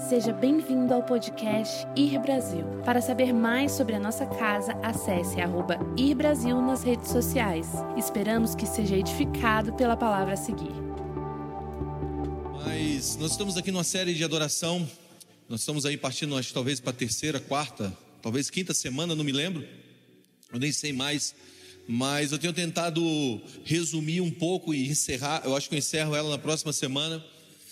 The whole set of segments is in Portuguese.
Seja bem-vindo ao podcast Ir Brasil. Para saber mais sobre a nossa casa, acesse @Ir Brasil nas redes sociais. Esperamos que seja edificado pela palavra a seguir. Mas nós estamos aqui numa série de adoração. Nós estamos aí partindo, acho, talvez para a terceira, quarta, talvez quinta semana, não me lembro. Eu nem sei mais. Mas eu tenho tentado resumir um pouco e encerrar. Eu acho que eu encerro ela na próxima semana.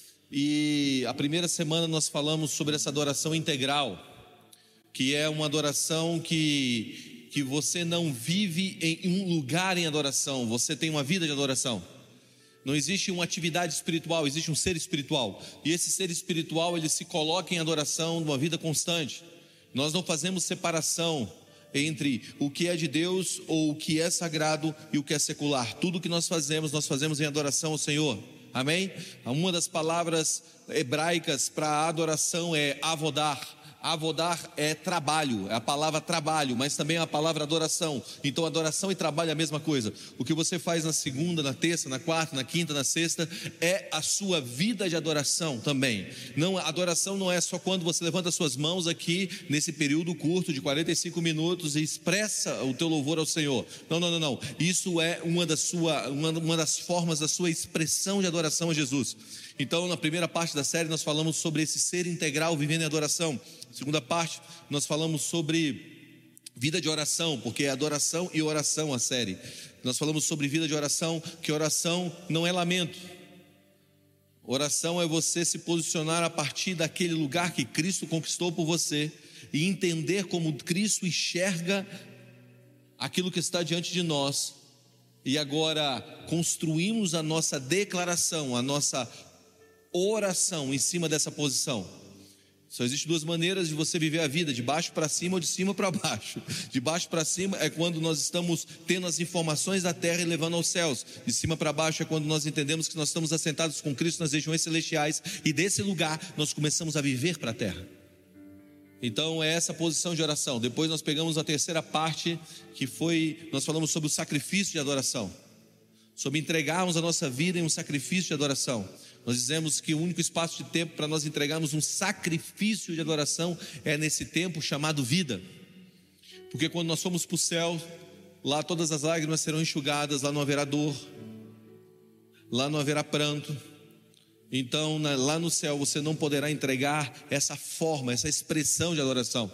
E a primeira semana nós falamos sobre essa adoração integral, que é uma adoração que você não vive em um lugar em adoração, você tem uma vida de adoração. Não existe uma atividade espiritual, existe um ser espiritual. E esse ser espiritual, ele se coloca em adoração numa vida constante. Nós não fazemos separação entre o que é de Deus ou o que é sagrado e o que é secular. Tudo que nós fazemos em adoração ao Senhor. Amém? Uma das palavras hebraicas para adoração é avodar. Avodar é trabalho, é a palavra trabalho, mas também é a palavra adoração. Então adoração e trabalho é a mesma coisa. O que você faz na segunda, na terça, na quarta, na quinta, na sexta é a sua vida de adoração também. Não, a adoração não é só quando você levanta as suas mãos aqui nesse período curto de 45 minutos e expressa o teu louvor ao Senhor. Não. Isso é uma das formas da sua expressão de adoração a Jesus. Então, na primeira parte da série nós falamos sobre esse ser integral vivendo em adoração. Segunda parte, nós falamos sobre vida de oração, porque é adoração e oração a série. Nós falamos sobre vida de oração, que oração não é lamento. Oração é você se posicionar a partir daquele lugar que Cristo conquistou por você e entender como Cristo enxerga aquilo que está diante de nós. E agora construímos a nossa declaração, a nossa oração em cima dessa posição. Só existem duas maneiras de você viver a vida: de baixo para cima ou de cima para baixo. De baixo para cima é quando nós estamos tendo as informações da terra e levando aos céus. De cima para baixo é quando nós entendemos que nós estamos assentados com Cristo nas regiões celestiais, e desse lugar nós começamos a viver para a terra. Então é essa posição de oração. Depois nós pegamos a terceira parte, nós falamos sobre o sacrifício de adoração, sobre entregarmos a nossa vida em um sacrifício de adoração. Nós dizemos que o único espaço de tempo para nós entregarmos um sacrifício de adoração é nesse tempo chamado vida. Porque quando nós formos para o céu, lá todas as lágrimas serão enxugadas, lá não haverá dor, lá não haverá pranto. Então lá no céu você não poderá entregar essa forma, essa expressão de adoração.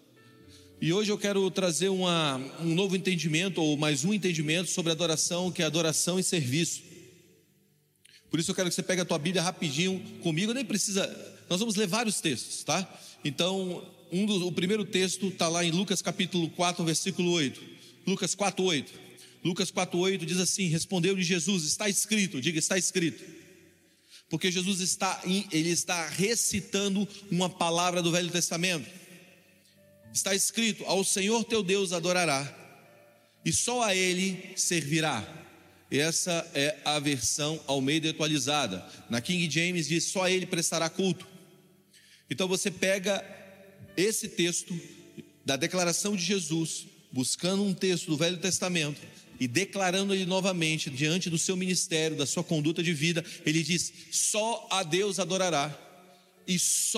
E hoje eu quero trazer um novo entendimento, ou mais um entendimento sobre adoração, que é adoração e serviço. Por isso eu quero que você pegue a tua Bíblia rapidinho comigo, nem precisa, nós vamos ler vários textos, tá? Então, o primeiro texto está lá em Lucas capítulo 4, versículo 8. Lucas 4:8. Lucas 4:8 diz assim: respondeu-lhe Jesus, está escrito, diga, está escrito. Porque Jesus está recitando uma palavra do Velho Testamento. Está escrito: ao Senhor teu Deus adorará, e só a Ele servirá. Essa é a versão Almeida atualizada. Na King James diz: só a Ele prestará culto. Então você pega esse texto da declaração de Jesus, buscando um texto do Velho Testamento e declarando ele novamente diante do seu ministério, da sua conduta de vida. Ele diz: só a Deus adorará, e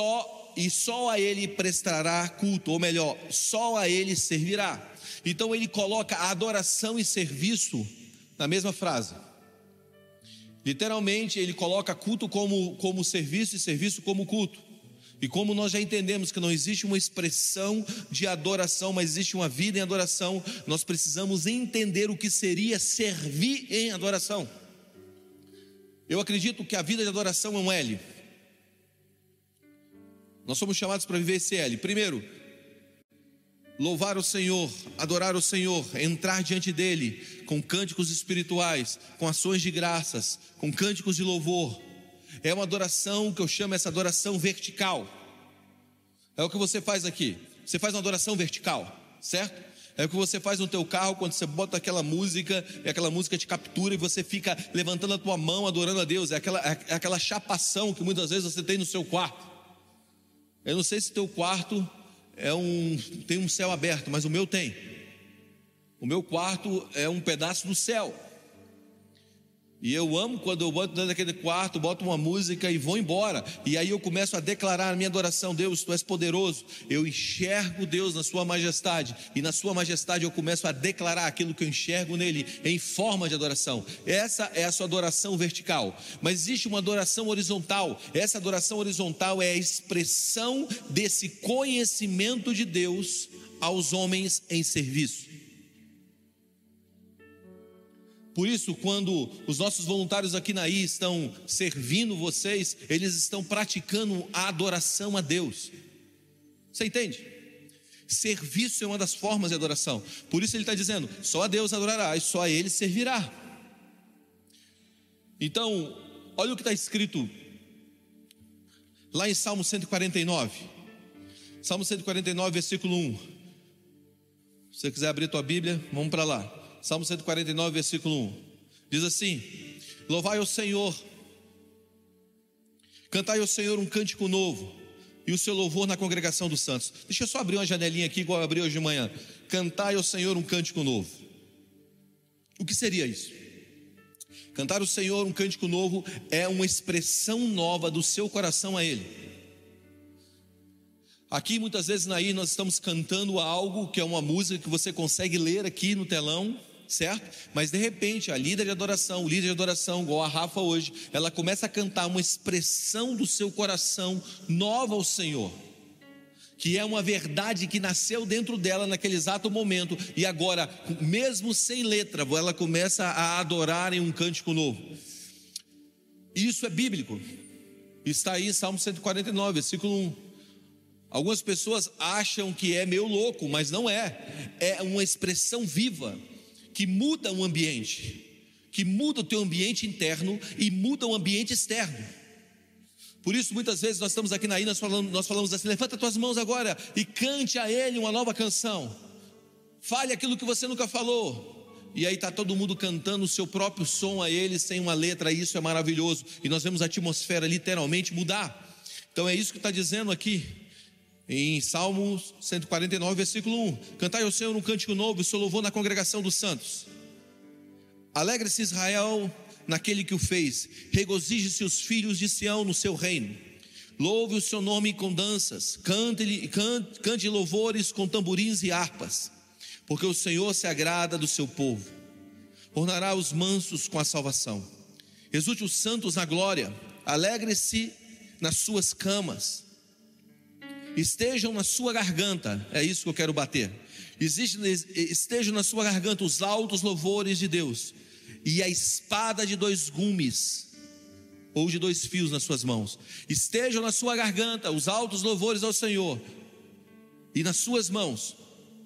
só a Ele prestará culto, ou melhor, só a Ele servirá. Então ele coloca adoração e serviço na mesma frase. Literalmente ele coloca culto como serviço e serviço como culto. E como nós já entendemos que não existe uma expressão de adoração, mas existe uma vida em adoração, nós precisamos entender o que seria servir em adoração. Eu acredito que a vida de adoração é um L. Nós somos chamados para viver esse L. Primeiro, louvar o Senhor, adorar o Senhor, entrar diante dele com cânticos espirituais, com ações de graças, com cânticos de louvor. É uma adoração que eu chamo essa adoração vertical. É o que você faz aqui. Você faz uma adoração vertical, certo? É o que você faz no teu carro quando você bota aquela música e aquela música te captura e você fica levantando a tua mão, adorando a Deus. É aquela chapação que muitas vezes você tem no seu quarto. Eu não sei se teu quarto tem um céu aberto, mas o meu tem. O meu quarto é um pedaço do céu. E eu amo quando eu boto dentro daquele quarto, boto uma música e vou embora. E aí eu começo a declarar a minha adoração. Deus, Tu és poderoso. Eu enxergo Deus na Sua majestade. E na Sua majestade eu começo a declarar aquilo que eu enxergo nele em forma de adoração. Essa é a sua adoração vertical. Mas existe uma adoração horizontal. Essa adoração horizontal é a expressão desse conhecimento de Deus aos homens em serviço. Por isso, quando os nossos voluntários aqui na I estão servindo vocês, eles estão praticando a adoração a Deus. Você entende? Serviço é uma das formas de adoração. Por isso ele está dizendo, só a Deus adorará e só a Ele servirá. Então, olha o que está escrito lá em Salmo 149. Salmo 149, versículo 1. Se você quiser abrir a tua Bíblia, vamos para lá. Salmo 149, versículo 1, diz assim: louvai ao Senhor, cantai ao Senhor um cântico novo, e o seu louvor na congregação dos santos. Deixa eu só abrir uma janelinha aqui, igual eu abri hoje de manhã. Cantai ao Senhor um cântico novo. O que seria isso? Cantar ao Senhor um cântico novo é uma expressão nova do seu coração a Ele. Aqui muitas vezes na I nós estamos cantando algo que é uma música que você consegue ler aqui no telão, certo? Mas de repente a líder de adoração, o líder de adoração, igual a Rafa hoje, ela começa a cantar uma expressão do seu coração nova ao Senhor, que é uma verdade que nasceu dentro dela naquele exato momento, e agora, mesmo sem letra, ela começa a adorar em um cântico novo. Isso é bíblico, está aí em Salmo 149, versículo 1. Algumas pessoas acham que é meio louco, mas não é. É uma expressão viva que muda o ambiente, que muda o teu ambiente interno e muda o ambiente externo. Por isso muitas vezes nós estamos aqui na I, nós falamos assim: levanta tuas mãos agora e cante a Ele uma nova canção. Fale aquilo que você nunca falou. E aí está todo mundo cantando o seu próprio som a Ele sem uma letra. Isso é maravilhoso. E nós vemos a atmosfera literalmente mudar. Então é isso que está dizendo aqui em Salmos 149, versículo 1: cantai ao Senhor um cântico novo, o seu louvor na congregação dos santos. Alegre-se Israel naquele que o fez, regozije-se os filhos de Sião no seu reino. Louve o seu nome com danças, cante louvores com tamborins e harpas, porque o Senhor se agrada do seu povo. Ornará os mansos com a salvação, exulte os santos na glória. Alegre-se nas suas camas, estejam na sua garganta, é isso que eu quero bater. Estejam na sua garganta os altos louvores de Deus, e a espada de 2 gumes, ou de 2 fios nas suas mãos. Estejam na sua garganta os altos louvores ao Senhor, e nas suas mãos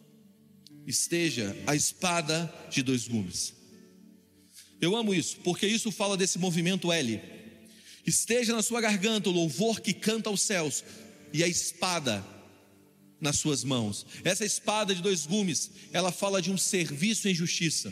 esteja a espada de 2 gumes. Eu amo isso, porque isso fala desse movimento L. Esteja na sua garganta o louvor que canta aos céus, e a espada nas suas mãos. Essa espada de 2 gumes, ela fala de um serviço em justiça.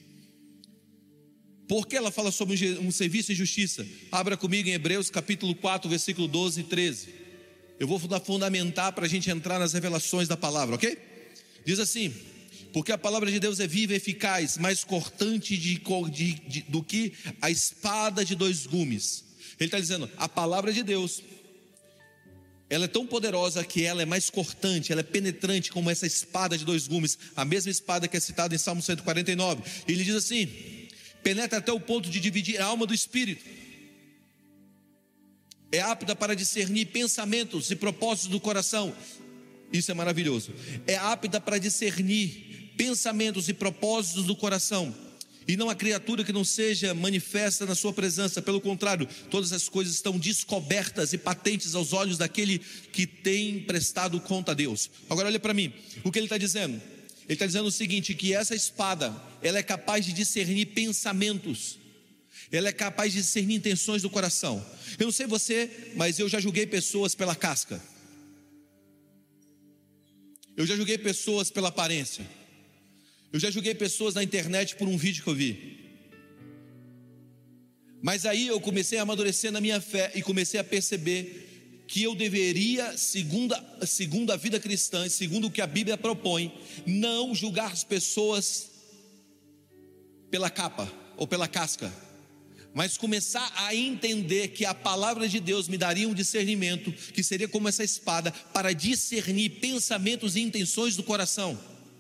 Por que ela fala sobre um serviço em justiça? Abra comigo em Hebreus capítulo 4, versículo 12 e 13. Eu vou fundamentar para a gente entrar nas revelações da palavra, ok? Diz assim: porque a palavra de Deus é viva e eficaz, mais cortante do que a espada de 2 gumes. Ele está dizendo, a palavra de Deus, ela é tão poderosa que ela é mais cortante, ela é penetrante como essa espada de 2 gumes, a mesma espada que é citada em Salmo 149. Ele diz assim: penetra até o ponto de dividir a alma do espírito, é apta para discernir pensamentos e propósitos do coração. Isso é maravilhoso. É apta para discernir pensamentos e propósitos do coração. E não há criatura que não seja manifesta na sua presença. Pelo contrário, todas as coisas estão descobertas e patentes aos olhos daquele que tem prestado conta a Deus. Agora olha para mim, o que ele está dizendo? Ele está dizendo o seguinte, que essa espada, ela é capaz de discernir pensamentos, ela é capaz de discernir intenções do coração. Eu não sei você, mas eu já julguei pessoas pela casca, eu já julguei pessoas pela aparência, eu já julguei pessoas na internet por um vídeo que eu vi. Mas aí eu comecei a amadurecer na minha fé e comecei a perceber que eu deveria, segundo a vida cristã, segundo o que a Bíblia propõe, não julgar as pessoas pela capa ou pela casca, mas começar a entender que a palavra de Deus me daria um discernimento, que seria como essa espada, para discernir pensamentos e intenções do coração.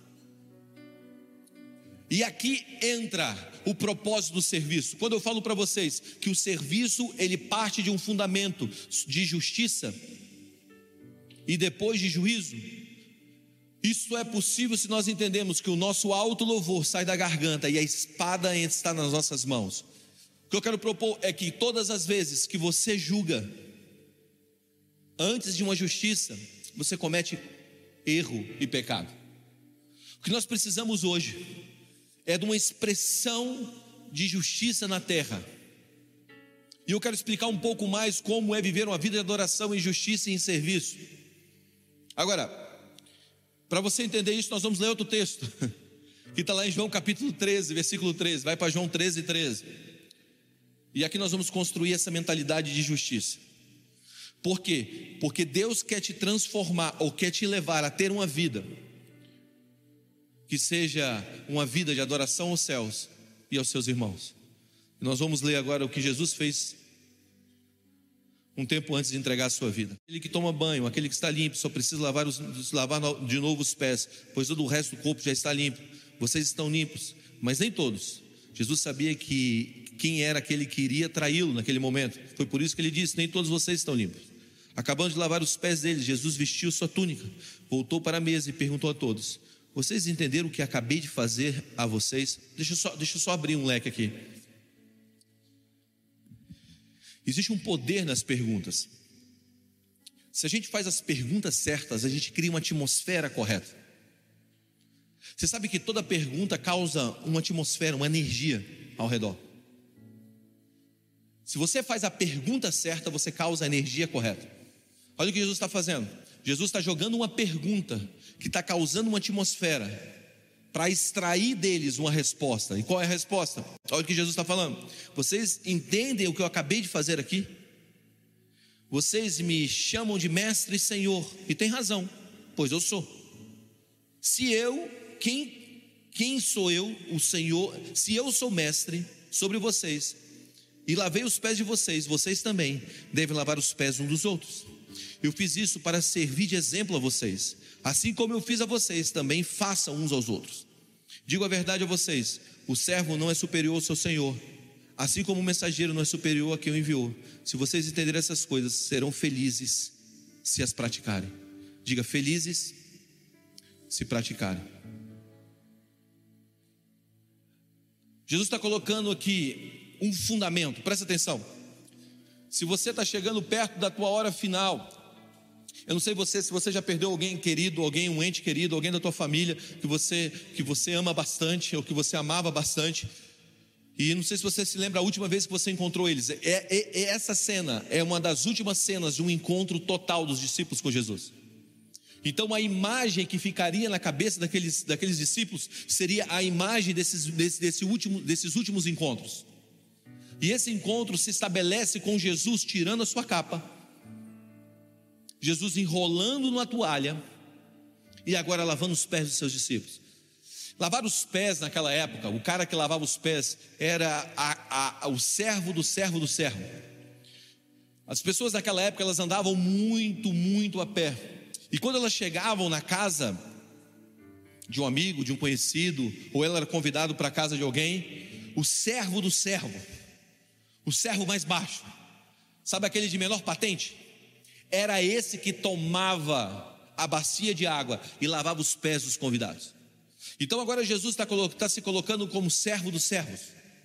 E aqui entra o propósito do serviço. Quando eu falo para vocês que o serviço, ele parte de um fundamento de justiça e depois de juízo, isso é possível se nós entendemos que o nosso alto louvor sai da garganta e a espada está nas nossas mãos. O que eu quero propor é que todas as vezes que você julga antes de uma justiça, você comete erro e pecado. O que nós precisamos hoje é de uma expressão de justiça na terra. E eu quero explicar um pouco mais como é viver uma vida de adoração em justiça e em serviço. Agora, para você entender isso, nós vamos ler outro texto, que está lá em João capítulo 13, versículo 13. Vai para João 13, 13. E aqui nós vamos construir essa mentalidade de justiça. Por quê? Porque Deus quer te transformar, ou quer te levar a ter uma vida que seja uma vida de adoração aos céus e aos seus irmãos. Nós vamos ler agora o que Jesus fez um tempo antes de entregar a sua vida. Aquele que toma banho, aquele que está limpo, só precisa lavar de novo os pés, pois todo o resto do corpo já está limpo. Vocês estão limpos, mas nem todos. Jesus sabia quem era aquele que iria traí-lo naquele momento. Foi por isso que ele disse: nem todos vocês estão limpos. Acabando de lavar os pés deles, Jesus vestiu sua túnica, voltou para a mesa e perguntou a todos: vocês entenderam o que acabei de fazer a vocês? Deixa eu só abrir um leque aqui. Existe um poder nas perguntas. Se a gente faz as perguntas certas, a gente cria uma atmosfera correta. Você sabe que toda pergunta causa uma atmosfera, uma energia ao redor. Se você faz a pergunta certa, você causa a energia correta. Olha o que Jesus está fazendo. Jesus está jogando uma pergunta que está causando uma atmosfera para extrair deles uma resposta. E qual é a resposta? Olha o que Jesus está falando. Vocês entendem o que eu acabei de fazer aqui? Vocês me chamam de mestre e senhor, e tem razão, pois eu sou. Quem sou eu, o Senhor? Se eu sou mestre sobre vocês e lavei os pés de vocês, vocês também devem lavar os pés uns dos outros. Eu fiz isso para servir de exemplo a vocês. Assim como eu fiz a vocês, também façam uns aos outros. Digo a verdade a vocês: o servo não é superior ao seu senhor, assim como o mensageiro não é superior a quem o enviou. Se vocês entenderem essas coisas, serão felizes se as praticarem. Diga: felizes se praticarem. Jesus está colocando aqui um fundamento, presta atenção. Se você está chegando perto da tua hora final, eu não sei se você já perdeu alguém querido, um ente querido, alguém da tua família que você ama bastante, ou que você amava bastante. E não sei se você se lembra a última vez que você encontrou eles. Essa cena é uma das últimas cenas de um encontro total dos discípulos com Jesus. Então a imagem que ficaria na cabeça daqueles discípulos seria a imagem desses últimos encontros. E esse encontro se estabelece com Jesus tirando a sua capa, Jesus enrolando numa toalha e agora lavando os pés dos seus discípulos. Lavar os pés naquela época, o cara que lavava os pés era o servo do servo do servo. As pessoas daquela época, elas andavam muito a pé. E quando elas chegavam na casa de um amigo, de um conhecido, ou ela era convidado para a casa de alguém, o servo do servo, o servo mais baixo, sabe aquele de menor patente? Era esse que tomava a bacia de água e lavava os pés dos convidados. Então agora Jesus está se colocando como servo dos servos.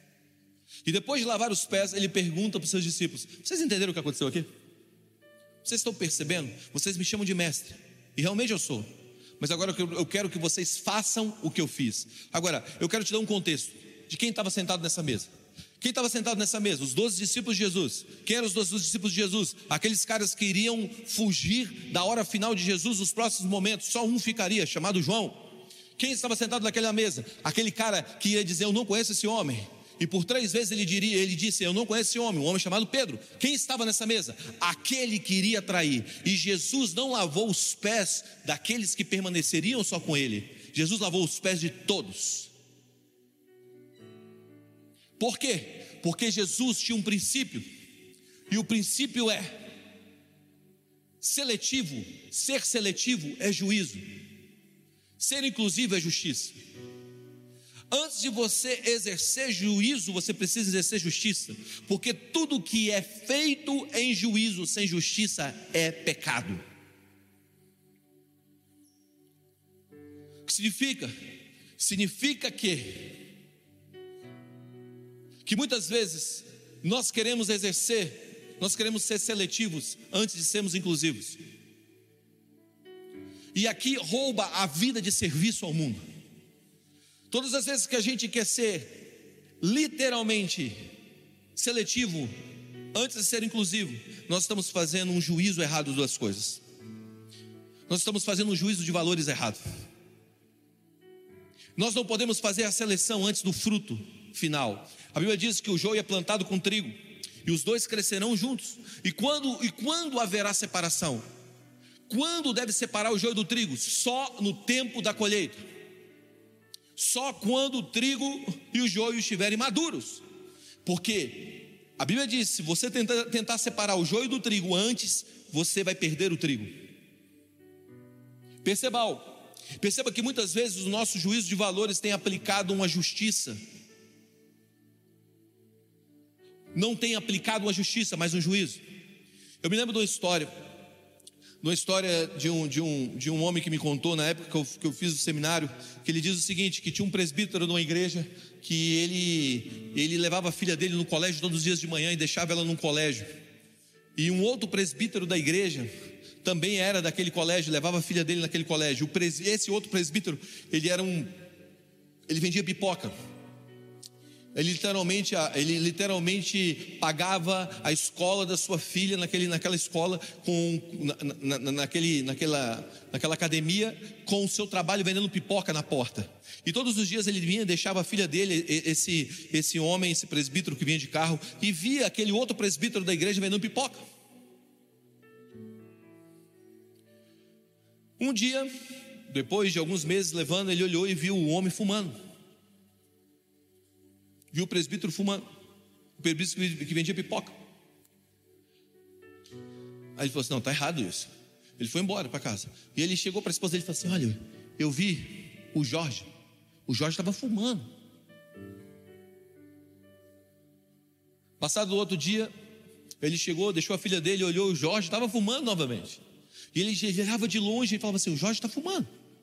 E depois de lavar os pés, ele pergunta para os seus discípulos: vocês entenderam o que aconteceu aqui? Vocês estão percebendo? Vocês me chamam de mestre, e realmente eu sou. Mas agora eu quero que vocês façam o que eu fiz. Agora, eu quero te dar um contexto de quem estava sentado nessa mesa. Quem estava sentado nessa mesa? Os 12 discípulos de Jesus. Quem eram os 12 discípulos de Jesus? Aqueles caras que iriam fugir da hora final de Jesus nos próximos momentos. Só um ficaria, chamado João. Quem estava sentado naquela mesa? Aquele cara que ia dizer: eu não conheço esse homem. E por 3 vezes ele disse: eu não conheço esse homem. Um homem chamado Pedro. Quem estava nessa mesa? Aquele que iria trair. E Jesus não lavou os pés daqueles que permaneceriam só com ele. Jesus lavou os pés de todos. Por quê? Porque Jesus tinha um princípio, e o princípio é seletivo. Ser seletivo é juízo, ser inclusivo é justiça. Antes de você exercer juízo, você precisa exercer justiça, porque tudo que é feito em juízo sem justiça é pecado. O que significa? Significa que muitas vezes nós queremos ser seletivos antes de sermos inclusivos. E aqui rouba a vida de serviço ao mundo. Todas as vezes que a gente quer ser literalmente seletivo antes de ser inclusivo, nós estamos fazendo um juízo errado das coisas. Nós estamos fazendo um juízo de valores errado. Nós não podemos fazer a seleção antes do fruto final. A Bíblia diz que o joio é plantado com trigo, e os dois crescerão juntos. E quando haverá separação? Quando deve separar o joio do trigo? Só no tempo da colheita. Só quando o trigo e o joio estiverem maduros. Porque a Bíblia diz: se você tentar separar o joio do trigo antes, você vai perder o trigo. Perceba que muitas vezes o nosso juízo de valores tem aplicado uma justiça. Não tem aplicado uma justiça, mas um juízo. Eu me lembro de uma história de um homem que me contou na época que eu fiz o seminário, que ele diz o seguinte: que tinha um presbítero de uma igreja, que ele levava a filha dele no colégio todos os dias de manhã e deixava ela num colégio. E um outro presbítero da igreja também era daquele colégio, levava a filha dele naquele colégio. Esse outro presbítero, ele vendia pipoca. Ele literalmente pagava a escola da sua filha naquela escola, naquela academia, com o seu trabalho vendendo pipoca na porta. E todos os dias ele vinha, deixava a filha dele, esse homem, esse presbítero que vinha de carro, e via aquele outro presbítero da igreja vendendo pipoca. Um dia, depois de alguns meses levando, ele olhou e viu o homem fumando. Viu o presbítero fumando, o presbítero que vendia pipoca. Aí ele falou assim: não, está errado isso. Ele foi embora para casa. E ele chegou para a esposa dele e falou assim: olha, eu vi o Jorge estava fumando. Passado o outro dia, ele chegou, deixou a filha dele, olhou, o Jorge estava fumando novamente. E ele olhava de longe e falava assim: o Jorge está fumando.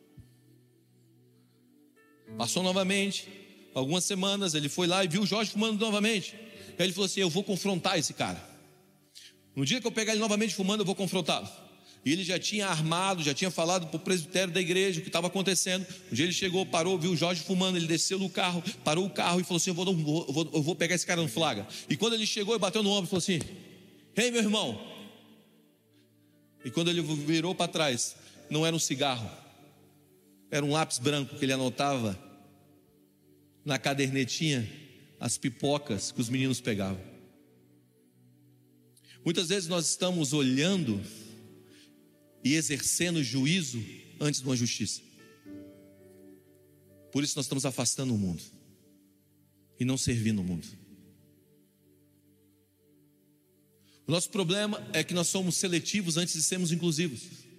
Passou novamente algumas semanas, ele foi lá e viu o Jorge fumando novamente. Aí ele falou assim: eu vou confrontar esse cara. No dia que eu pegar ele novamente fumando, eu vou confrontá-lo. E ele já tinha armado, já tinha falado para o presbitério da igreja o que estava acontecendo. Um dia ele chegou, parou, viu o Jorge fumando, ele desceu do carro, parou o carro e falou assim: eu vou pegar esse cara no flagra. E quando ele chegou e bateu no ombro, falou assim: ei, meu irmão. E quando ele virou para trás, não era um cigarro, era um lápis branco que ele anotava na cadernetinha as pipocas que os meninos pegavam. Muitas vezes nós estamos olhando e exercendo juízo antes de uma justiça. Por isso nós estamos afastando o mundo e não servindo o mundo. O nosso problema é que nós somos seletivos antes de sermos inclusivos.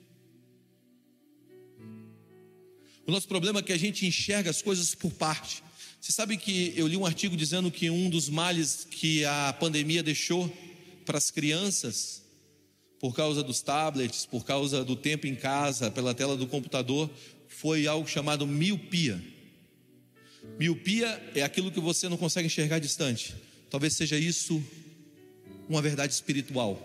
O nosso problema é que a gente enxerga as coisas por parte. Você sabe que eu li um artigo dizendo que um dos males que a pandemia deixou para as crianças, por causa dos tablets, por causa do tempo em casa, pela tela do computador, foi algo chamado miopia. Miopia é aquilo que você não consegue enxergar distante. Talvez seja isso uma verdade espiritual.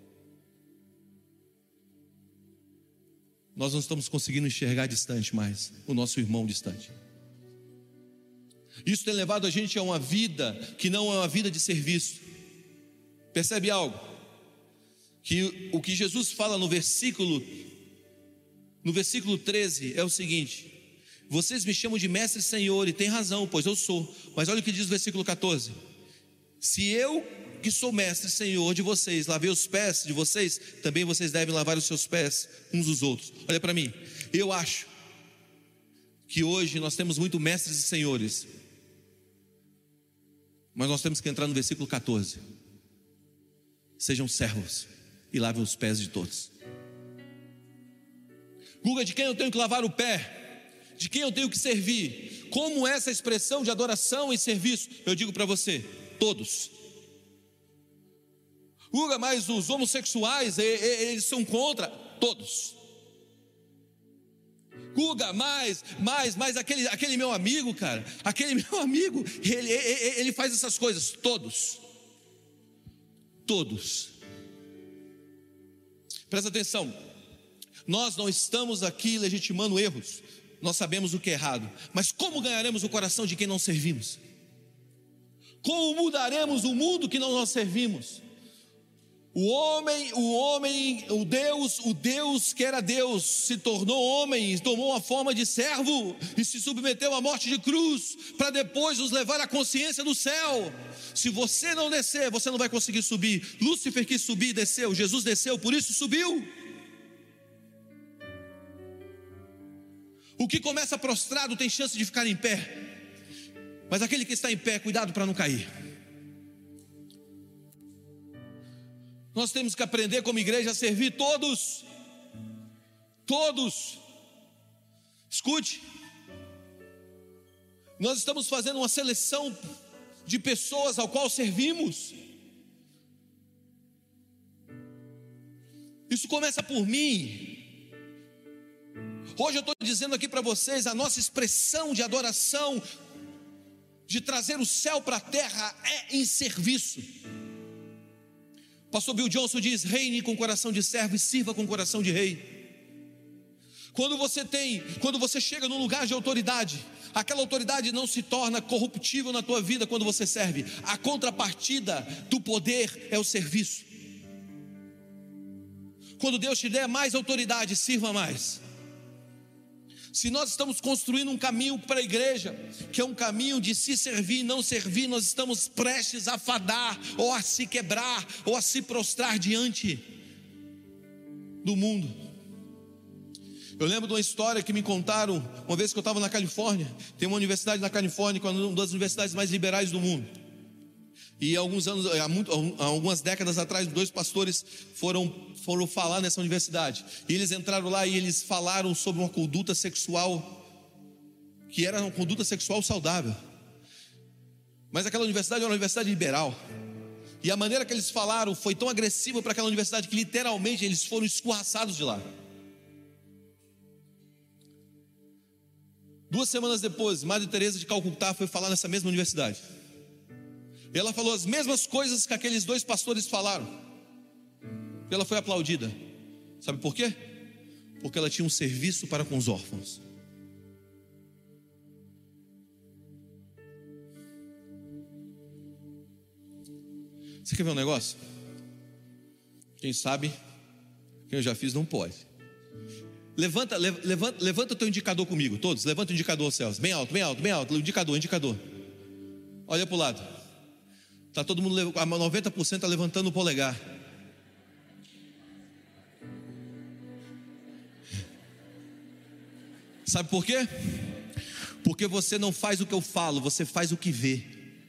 Nós não estamos conseguindo enxergar distante mais o nosso irmão distante. Isso tem levado a gente a uma vida que não é uma vida de serviço. Percebe algo? Que o que Jesus fala no versículo 13 é o seguinte: vocês me chamam de mestre e senhor, e tem razão, pois eu sou. Mas olha o que diz o versículo 14: se eu, que sou mestre e senhor de vocês, lavei os pés de vocês, também vocês devem lavar os seus pés uns dos outros. Olha para mim, eu acho que hoje nós temos muito mestres e senhores Mas nós temos que entrar no versículo 14. Sejam servos e lavem os pés de todos. Guga, de quem eu tenho que lavar o pé? De quem eu tenho que servir? Como essa expressão de adoração e serviço? Eu digo para você, todos. Guga, mas os homossexuais, eles são contra? Todos. Guga, mas aquele meu amigo, cara, aquele meu amigo, ele faz essas coisas. Todos. Todos. Presta atenção. Nós não estamos aqui legitimando erros. Nós sabemos o que é errado. Mas como ganharemos o coração de quem não servimos? Como mudaremos o mundo que não nós servimos? O Deus que era Deus, se tornou homem, tomou uma forma de servo e se submeteu à morte de cruz, para depois nos levar à consciência do céu. Se você não descer, você não vai conseguir subir. Lúcifer quis subir e desceu, Jesus desceu, por isso subiu. O que começa prostrado tem chance de ficar em pé, mas aquele que está em pé, cuidado para não cair. Nós temos que aprender como igreja a servir todos. Todos. Escute. Nós estamos fazendo uma seleção de pessoas ao qual servimos. Isso começa por mim. Hoje eu estou dizendo aqui para vocês, a nossa expressão de adoração, de trazer o céu para a terra, é em serviço. Pastor Bill Johnson diz: reine com coração de servo e sirva com coração de rei. Quando você chega num lugar de autoridade, aquela autoridade não se torna corruptível na tua vida quando você serve. A contrapartida do poder é o serviço. Quando Deus te der mais autoridade, sirva mais. Se nós estamos construindo um caminho para a igreja, que é um caminho de se servir e não servir, nós estamos prestes a fadar, ou a se quebrar, ou a se prostrar diante do mundo. Eu lembro de uma história que me contaram, uma vez que eu estava na Califórnia. Tem uma universidade na Califórnia, uma das universidades mais liberais do mundo. E há algumas décadas atrás, 2 pastores foram falar nessa universidade. E eles entraram lá e eles falaram sobre uma conduta sexual, que era uma conduta sexual saudável. Mas aquela universidade era uma universidade liberal. E a maneira que eles falaram foi tão agressiva para aquela universidade que literalmente eles foram escorraçados de lá. 2 semanas depois, Madre Teresa de Calcutá foi falar nessa mesma universidade. E ela falou as mesmas coisas que aqueles 2 pastores falaram. E ela foi aplaudida. Sabe por quê? Porque ela tinha um serviço para com os órfãos. Você quer ver um negócio? Quem sabe, quem eu já fiz não pode. Levanta o teu indicador comigo, todos. Levanta o indicador aos céus, bem alto, bem alto, bem alto. Indicador. Olha para o lado. Está todo mundo, 90% está levantando o polegar. Sabe por quê? Porque você não faz o que eu falo, você faz o que vê.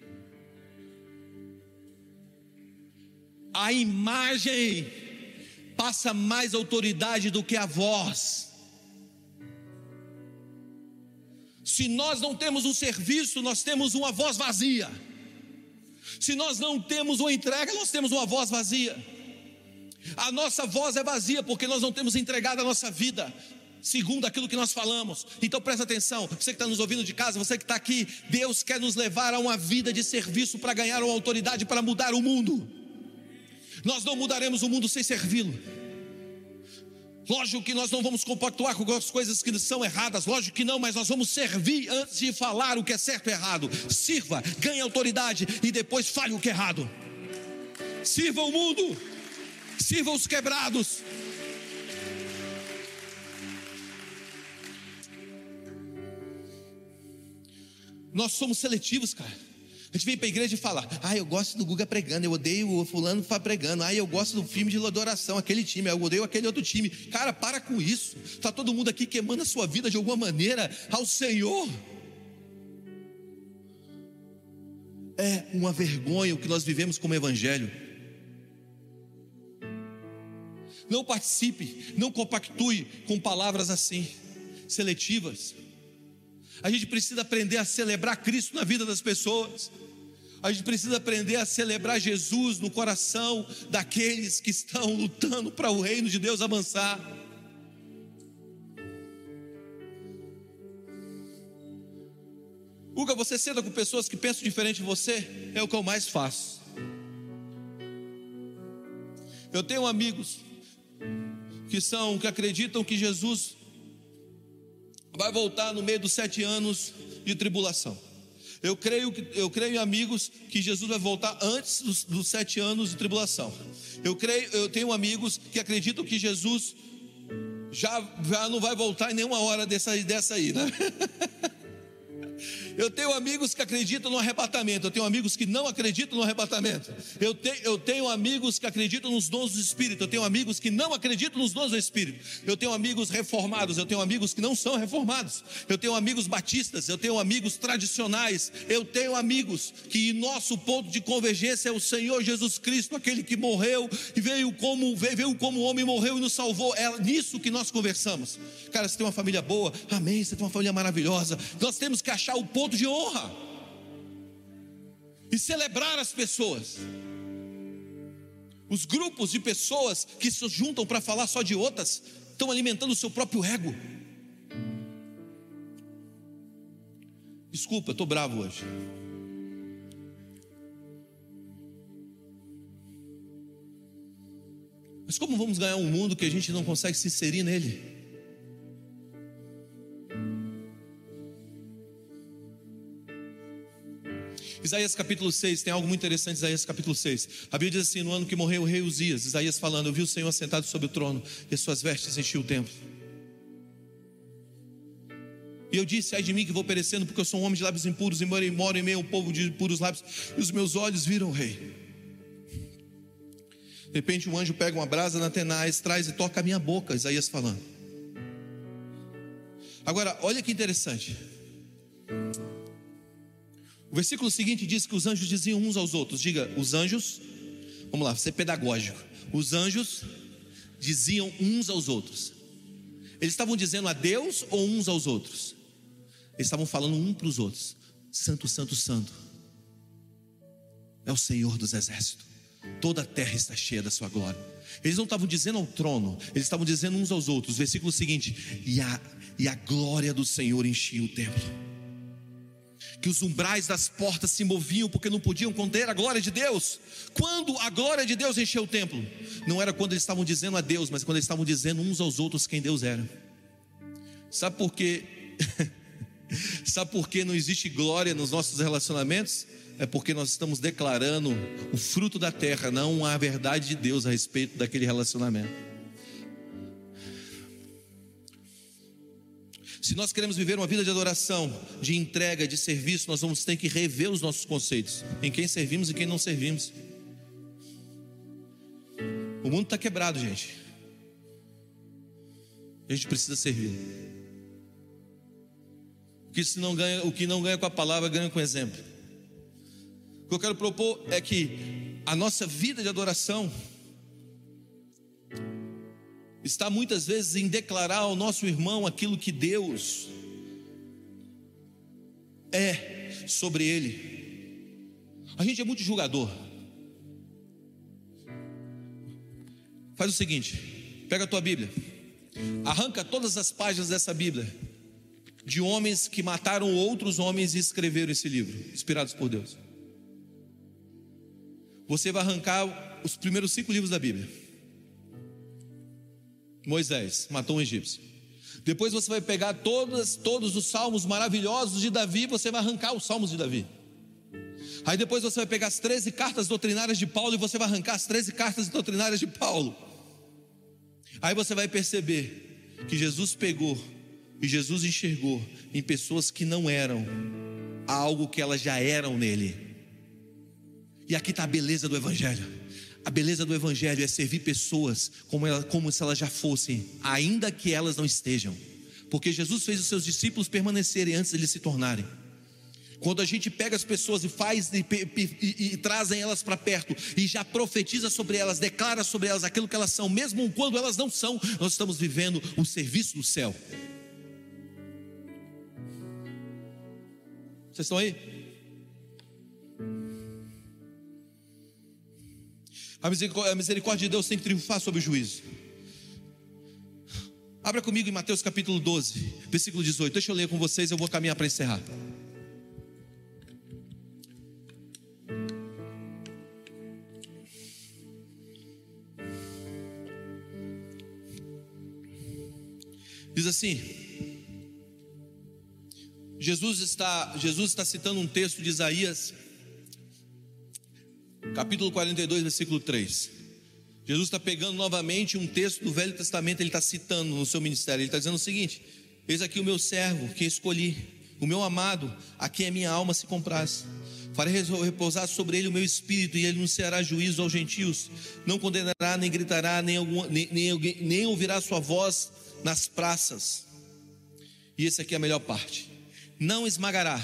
A imagem passa mais autoridade do que a voz. Se nós não temos um serviço, nós temos uma voz vazia. Se nós não temos uma entrega, nós temos uma voz vazia. A nossa voz é vazia porque nós não temos entregado a nossa vida segundo aquilo que nós falamos. Então presta atenção, você que está nos ouvindo de casa, você que está aqui, Deus quer nos levar a uma vida de serviço para ganhar uma autoridade para mudar o mundo. Nós não mudaremos o mundo sem servi-lo. Lógico que nós não vamos compactuar com as coisas que são erradas, lógico que não, mas nós vamos servir antes de falar o que é certo e errado. Sirva, ganhe autoridade e depois fale o que é errado. Sirva o mundo, sirva os quebrados. Nós somos seletivos, cara. A gente vem para a igreja e fala: eu gosto do Guga pregando, eu odeio o fulano pregando, eu gosto do filme de adoração, aquele time, eu odeio aquele outro time. Cara, para com isso. Está todo mundo aqui queimando a sua vida de alguma maneira ao Senhor. é uma vergonha o que nós vivemos como evangelho. Não participe, não compactue com palavras assim, seletivas. A gente precisa aprender a celebrar Cristo na vida das pessoas. A gente precisa aprender a celebrar Jesus no coração daqueles que estão lutando para o reino de Deus avançar. Hugo, você senta com pessoas que pensam diferente de você? É o que eu mais faço. Eu tenho amigos que acreditam que Jesus vai voltar no meio dos 7 anos de tribulação. Eu creio em amigos que Jesus vai voltar antes dos 7 anos de tribulação. Eu tenho amigos que acreditam que Jesus já não vai voltar em nenhuma hora dessa aí, né? Eu tenho amigos que acreditam no arrebatamento. Eu tenho amigos que não acreditam no arrebatamento. Eu tenho amigos que acreditam nos dons do Espírito. Eu tenho amigos que não acreditam nos dons do Espírito. Eu tenho amigos reformados. Eu tenho amigos que não são reformados. Eu tenho amigos batistas. Eu tenho amigos tradicionais. Eu tenho amigos que nosso ponto de convergência é o Senhor Jesus Cristo, aquele que morreu e veio como homem, morreu e nos salvou. É nisso que nós conversamos. Cara, você tem uma família boa? Amém. Você tem uma família maravilhosa. Nós temos que achar o ponto de honra e celebrar as pessoas. Os grupos de pessoas que se juntam para falar só de outras estão alimentando o seu próprio ego. Desculpa, eu estou bravo hoje. Mas como vamos ganhar um mundo que a gente não consegue se inserir nele? Isaías capítulo 6, tem algo muito interessante. Isaías capítulo 6, a Bíblia diz assim: no ano que morreu o rei Uzias, Isaías falando, eu vi o Senhor sentado sobre o trono, e as suas vestes enchiam o templo. E eu disse: ai de mim que vou perecendo, porque eu sou um homem de lábios impuros, e moro em meio a um povo de puros lábios, e os meus olhos viram o rei. De repente um anjo pega uma brasa na tenaz, traz e toca a minha boca. Isaías falando. Agora, olha que interessante. O versículo seguinte diz que os anjos diziam uns aos outros. Diga, os anjos, vamos lá, vou ser pedagógico. Os anjos diziam uns aos outros. Eles estavam dizendo a Deus ou uns aos outros? Eles estavam falando um para os outros: Santo, Santo, Santo é o Senhor dos exércitos, toda a terra está cheia da sua glória. Eles não estavam dizendo ao trono, eles estavam dizendo uns aos outros. Versículo seguinte: e a glória do Senhor enchia o templo. Que os umbrais das portas se moviam, porque não podiam conter a glória de Deus. Quando a glória de Deus encheu o templo, não era quando eles estavam dizendo a Deus, mas quando eles estavam dizendo uns aos outros quem Deus era. Sabe por quê? Sabe por que não existe glória nos nossos relacionamentos? É porque nós estamos declarando o fruto da terra, não a verdade de Deus a respeito daquele relacionamento. Se nós queremos viver uma vida de adoração, de entrega, de serviço, nós vamos ter que rever os nossos conceitos, em quem servimos e quem não servimos. O mundo está quebrado, gente. A gente precisa servir. O que não ganha com a palavra, ganha com o exemplo. O que eu quero propor é que a nossa vida de adoração está muitas vezes em declarar ao nosso irmão aquilo que Deus é sobre ele. A gente é muito julgador. Faz o seguinte: pega a tua Bíblia, arranca todas as páginas dessa Bíblia de homens que mataram outros homens e escreveram esse livro, inspirados por Deus. Você vai arrancar os primeiros 5 livros da Bíblia. Moisés matou um egípcio. Depois você vai pegar todos os salmos maravilhosos de Davi. Você vai arrancar os salmos de Davi. Aí depois você vai pegar as 13 cartas doutrinárias de Paulo, e você vai arrancar as 13 cartas doutrinárias de Paulo. Aí você vai perceber que Jesus pegou e Jesus enxergou em pessoas que não eram algo que elas já eram nele. E aqui está a beleza do Evangelho. A beleza do Evangelho é servir pessoas como se elas já fossem, ainda que elas não estejam. Porque Jesus fez os seus discípulos permanecerem antes de eles se tornarem. Quando a gente pega as pessoas e faz e trazem elas para perto e já profetiza sobre elas, declara sobre elas aquilo que elas são, mesmo quando elas não são, nós estamos vivendo o serviço do céu. Vocês estão aí? A misericórdia de Deus tem que triunfar sobre o juízo. Abra comigo em Mateus capítulo 12, versículo 18. Deixa eu ler com vocês, eu vou caminhar para encerrar. Diz assim: Jesus está citando um texto de Isaías, capítulo 42, versículo 3. Jesus está pegando novamente um texto do Velho Testamento, ele está citando no seu ministério. Ele está dizendo o seguinte: eis aqui o meu servo, que escolhi, o meu amado, a quem a minha alma se compraz. Farei repousar sobre ele o meu espírito, e ele anunciará juízo aos gentios. Não condenará, nem gritará, nem ouvirá sua voz nas praças. E essa aqui é a melhor parte: não esmagará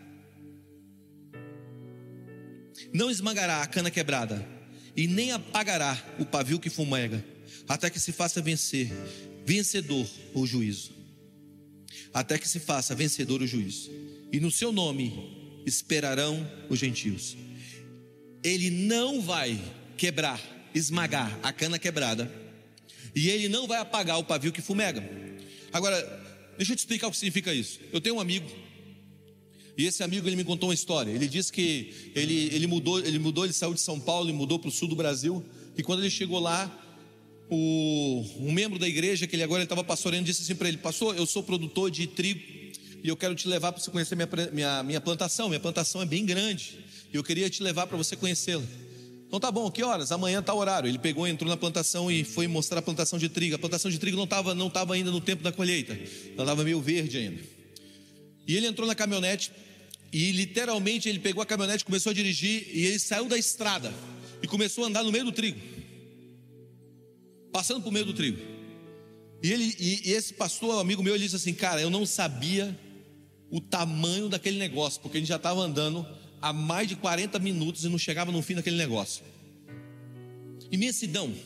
a cana quebrada, e nem apagará o pavio que fumega, até que se faça vencedor o juízo. Até que se faça vencedor o juízo. E no seu nome esperarão os gentios. Ele não vai esmagar a cana quebrada, e ele não vai apagar o pavio que fumega. Agora, deixa eu te explicar o que significa isso. Eu tenho um amigo, e esse amigo, ele me contou uma história. Ele disse que ele saiu de São Paulo e mudou para o sul do Brasil. E quando ele chegou lá, um membro da igreja, que ele agora estava pastoreando, disse assim para ele: pastor, eu sou produtor de trigo, e eu quero te levar para você conhecer minha plantação. Minha plantação é bem grande, e eu queria te levar para você conhecê-la. Então tá bom, que horas? Amanhã tá o horário. Ele pegou, entrou na plantação e foi mostrar a plantação de trigo. A plantação de trigo não estava ainda no tempo da colheita, ela estava meio verde ainda. E ele entrou na caminhonete, e literalmente ele pegou a caminhonete, começou a dirigir, e ele saiu da estrada e começou a andar no meio do trigo, passando por meio do trigo. E esse pastor, amigo meu, ele disse assim: cara, eu não sabia o tamanho daquele negócio, porque a gente já estava andando há mais de 40 minutos e não chegava no fim daquele negócio. Imensidão.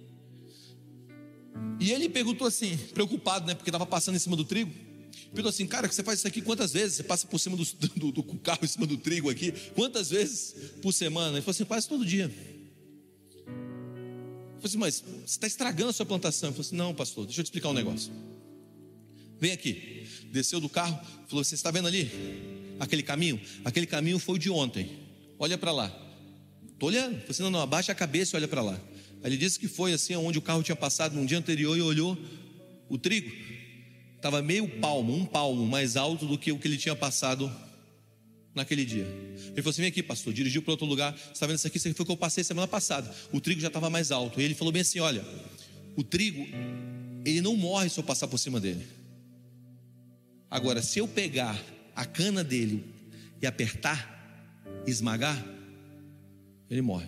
E ele perguntou assim, preocupado, né, porque estava passando em cima do trigo. Perguntou assim: cara, que você faz isso aqui quantas vezes? Você passa por cima do carro, em cima do trigo aqui, quantas vezes por semana? Ele falou assim: quase todo dia. Eu falei assim: mas você está estragando a sua plantação. Eu falei assim: não, pastor, deixa eu te explicar um negócio. Vem aqui. Desceu do carro, falou: você está vendo ali aquele caminho? Aquele caminho foi o de ontem, olha para lá. Estou olhando. Eu falei assim: não, abaixa a cabeça e olha para lá. Aí ele disse que foi assim, onde o carro tinha passado no dia anterior, e olhou o trigo, estava um palmo mais alto do que o que ele tinha passado naquele dia. Ele falou assim: vem aqui, pastor. Dirigiu para outro lugar. Você está vendo isso aqui? Isso aqui foi o que eu passei semana passada. O trigo já estava mais alto. E ele falou bem assim: olha, o trigo, ele não morre se eu passar por cima dele. Agora, se eu pegar a cana dele e apertar, esmagar, ele morre.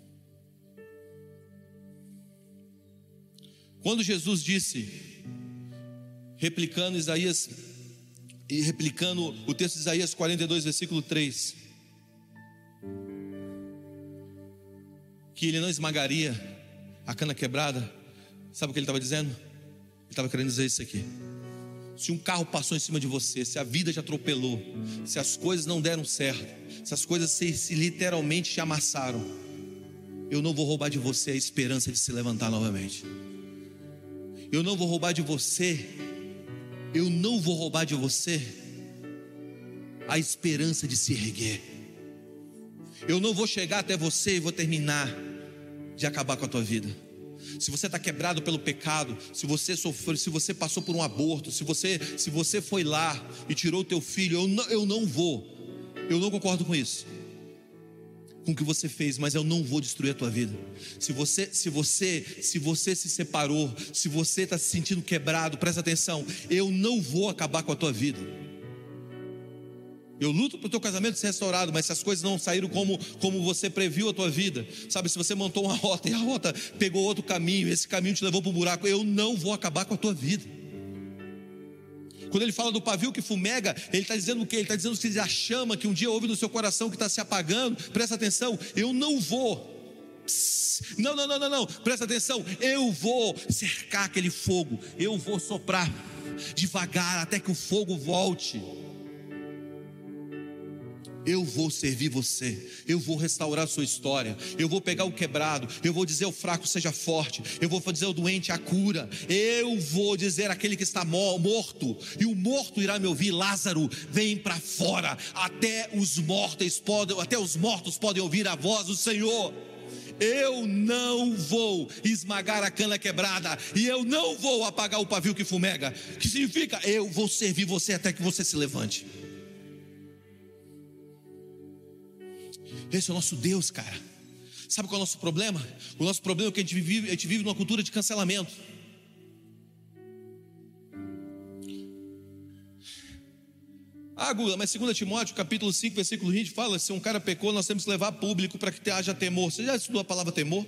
Quando Jesus disse, replicando o texto de Isaías 42, versículo 3, que ele não esmagaria a cana quebrada, sabe o que ele estava dizendo? Ele estava querendo dizer isso aqui: se um carro passou em cima de você, se a vida te atropelou, se as coisas não deram certo, se as coisas se literalmente te amassaram, eu não vou roubar de você a esperança de se levantar novamente. Eu não vou roubar de você a esperança de se erguer. Eu não vou chegar até você e vou terminar de acabar com a tua vida. Se você está quebrado pelo pecado, se você sofreu, se você passou por um aborto, se você foi lá e tirou o teu filho, eu não concordo com isso, com o que você fez, mas eu não vou destruir a tua vida. Se você se separou, se você está se sentindo quebrado, presta atenção, eu não vou acabar com a tua vida. Eu luto para o teu casamento ser restaurado, mas se as coisas não saíram como você previu a tua vida, sabe, se você montou uma rota e a rota pegou outro caminho, esse caminho te levou para o buraco, eu não vou acabar com a tua vida. Quando ele fala do pavio que fumega, ele está dizendo o quê? Ele está dizendo que a chama que um dia houve no seu coração que está se apagando. Presta atenção, eu não vou. Não, presta atenção, eu vou cercar aquele fogo, eu vou soprar devagar até que o fogo volte. Eu vou servir você, eu vou restaurar a sua história, eu vou pegar o quebrado, eu vou dizer ao fraco seja forte, eu vou dizer ao doente a cura, eu vou dizer àquele que está morto, e o morto irá me ouvir, Lázaro, vem para fora, até os mortos podem ouvir a voz do Senhor. Eu não vou esmagar a cana quebrada, e eu não vou apagar o pavio que fumega, que significa, eu vou servir você até que você se levante. Esse é o nosso Deus, cara. Sabe qual é o nosso problema? O nosso problema é que a gente vive numa cultura de cancelamento. Guga, mas 2 Timóteo, capítulo 5, versículo 20, fala: se um cara pecou, nós temos que levar a público para que haja temor. Você já estudou a palavra temor?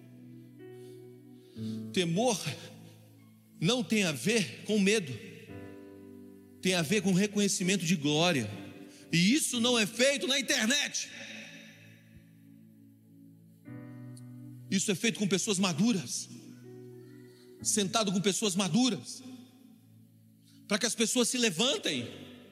Temor não tem a ver com medo, tem a ver com reconhecimento de glória. E isso não é feito na internet. Isso é feito com pessoas maduras, sentado com pessoas maduras, para que as pessoas se levantem.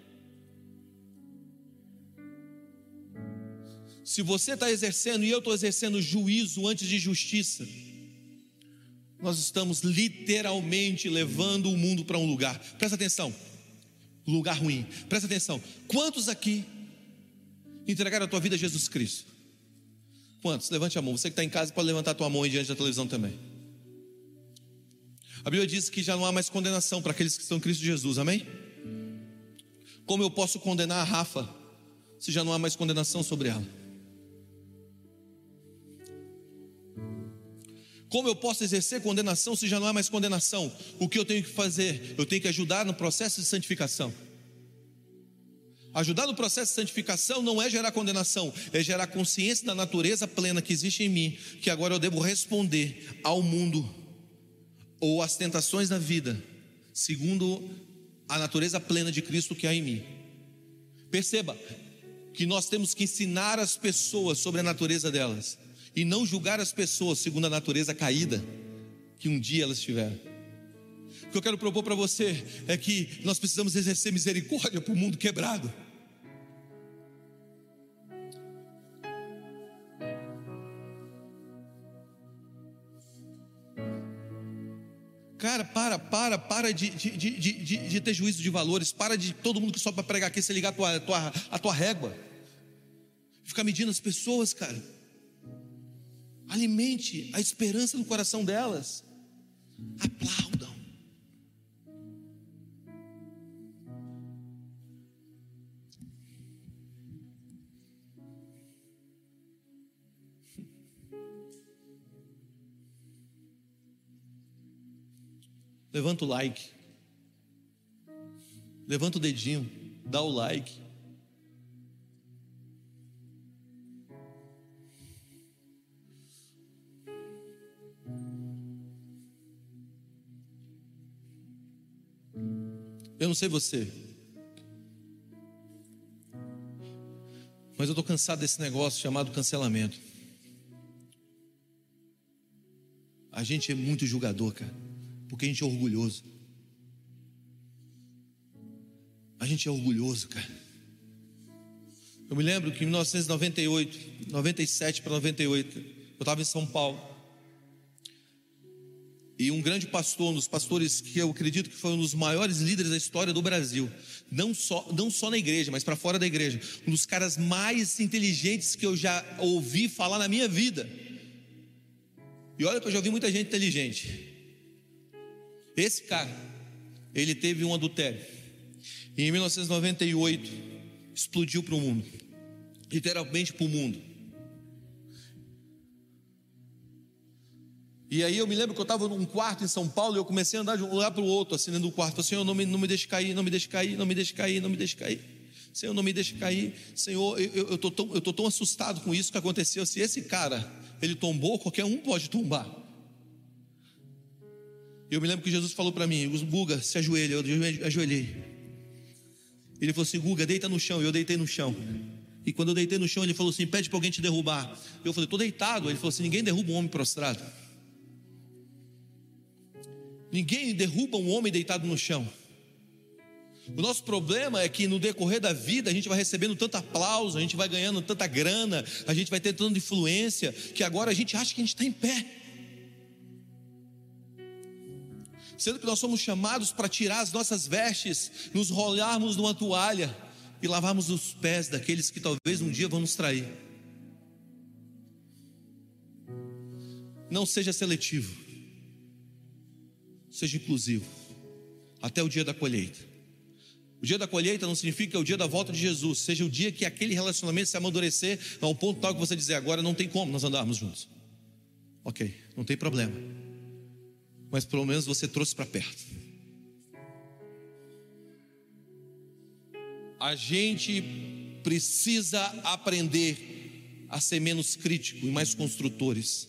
Se você está exercendo e eu estou exercendo juízo antes de justiça, nós estamos literalmente levando o mundo para um lugar. Presta atenção, lugar ruim. Presta atenção. Quantos aqui entregaram a tua vida a Jesus Cristo? Quantos? Levante a mão. Você que está em casa pode levantar a tua mão aí diante da televisão também. A Bíblia diz que já não há mais condenação para aqueles que estão em Cristo Jesus, amém? Como eu posso condenar a Rafa se já não há mais condenação sobre ela? Como eu posso exercer condenação se já não há mais condenação? O que eu tenho que fazer? Eu tenho que ajudar no processo de santificação. Ajudar no processo de santificação não é gerar condenação, é gerar consciência da natureza plena que existe em mim, que agora eu devo responder ao mundo ou às tentações da vida segundo a natureza plena de Cristo que há em mim. Perceba que nós temos que ensinar as pessoas sobre a natureza delas e não julgar as pessoas segundo a natureza caída que um dia elas tiveram. O que eu quero propor para você é que nós precisamos exercer misericórdia para o mundo quebrado. Cara, para de ter juízo de valores. Para de todo mundo que só para pregar aqui se ligar a tua régua, ficar medindo as pessoas, cara. Alimente a esperança no coração delas. Aplaudam. Levanta o like, levanta o dedinho, dá o like. Eu não sei você, mas eu estou cansado desse negócio chamado cancelamento. A gente é muito julgador, cara, porque a gente é orgulhoso. A gente é orgulhoso, cara. Eu me lembro que em 1998, 97 para 98, eu estava em São Paulo. E um grande pastor, um dos pastores que eu acredito que foi um dos maiores líderes da história do Brasil, não só na igreja, mas para fora da igreja, um dos caras mais inteligentes que eu já ouvi falar na minha vida. E olha que eu já ouvi muita gente inteligente. Esse cara, ele teve um adultério, e em 1998 explodiu para o mundo, literalmente para o mundo. E aí eu me lembro que eu estava num quarto em São Paulo, e eu comecei a andar de um lugar para o outro, assim, dentro do quarto. Falei: Senhor, não me deixe cair, não me deixe cair, não me deixe cair, não me deixe cair. Senhor, não me deixe cair. Senhor, eu tô tão assustado com isso que aconteceu. Se esse cara, ele tombou, qualquer um pode tombar. E eu me lembro que Jesus falou para mim: Guga, se ajoelha. Eu ajoelhei. Ele falou assim: Guga, deita no chão. E eu deitei no chão. E quando eu deitei no chão, ele falou assim: pede para alguém te derrubar. Eu falei: estou deitado. Ele falou assim: ninguém derruba um homem prostrado. Ninguém derruba um homem deitado no chão. O nosso problema é que no decorrer da vida a gente vai recebendo tanto aplauso, a gente vai ganhando tanta grana, a gente vai ter tanta influência, que agora a gente acha que a gente está em pé. Sendo que nós somos chamados para tirar as nossas vestes, nos rolarmos numa toalha e lavarmos os pés daqueles que talvez um dia vão nos trair. Não seja seletivo, seja inclusivo, até o dia da colheita. O dia da colheita não significa que é o dia da volta de Jesus, seja o dia que aquele relacionamento se amadurecer ao ponto tal que você dizer: agora não tem como nós andarmos juntos. Ok, não tem problema, mas pelo menos você trouxe para perto. A gente precisa aprender a ser menos crítico e mais construtores.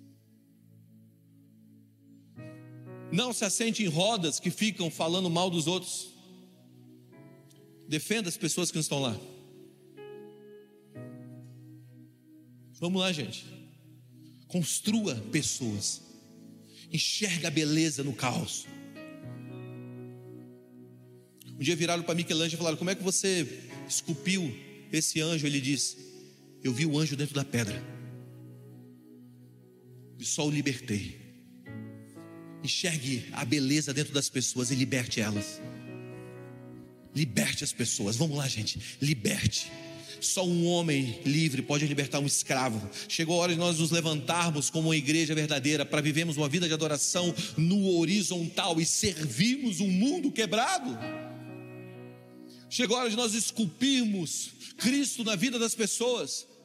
Não se assente em rodas que ficam falando mal dos outros. Defenda as pessoas que não estão lá. Vamos lá, gente. Construa pessoas. Enxerga a beleza no caos. Um dia viraram para Michelangelo e falaram: como é que você esculpiu esse anjo? Ele disse: eu vi o anjo dentro da pedra e só o libertei. Enxergue a beleza dentro das pessoas e liberte elas. Liberte as pessoas. Vamos lá, gente, liberte. Só um homem livre pode libertar um escravo. Chegou a hora de nós nos levantarmos como uma igreja verdadeira para vivermos uma vida de adoração no horizontal e servirmos um mundo quebrado. Chegou a hora de nós esculpirmos Cristo na vida das pessoas.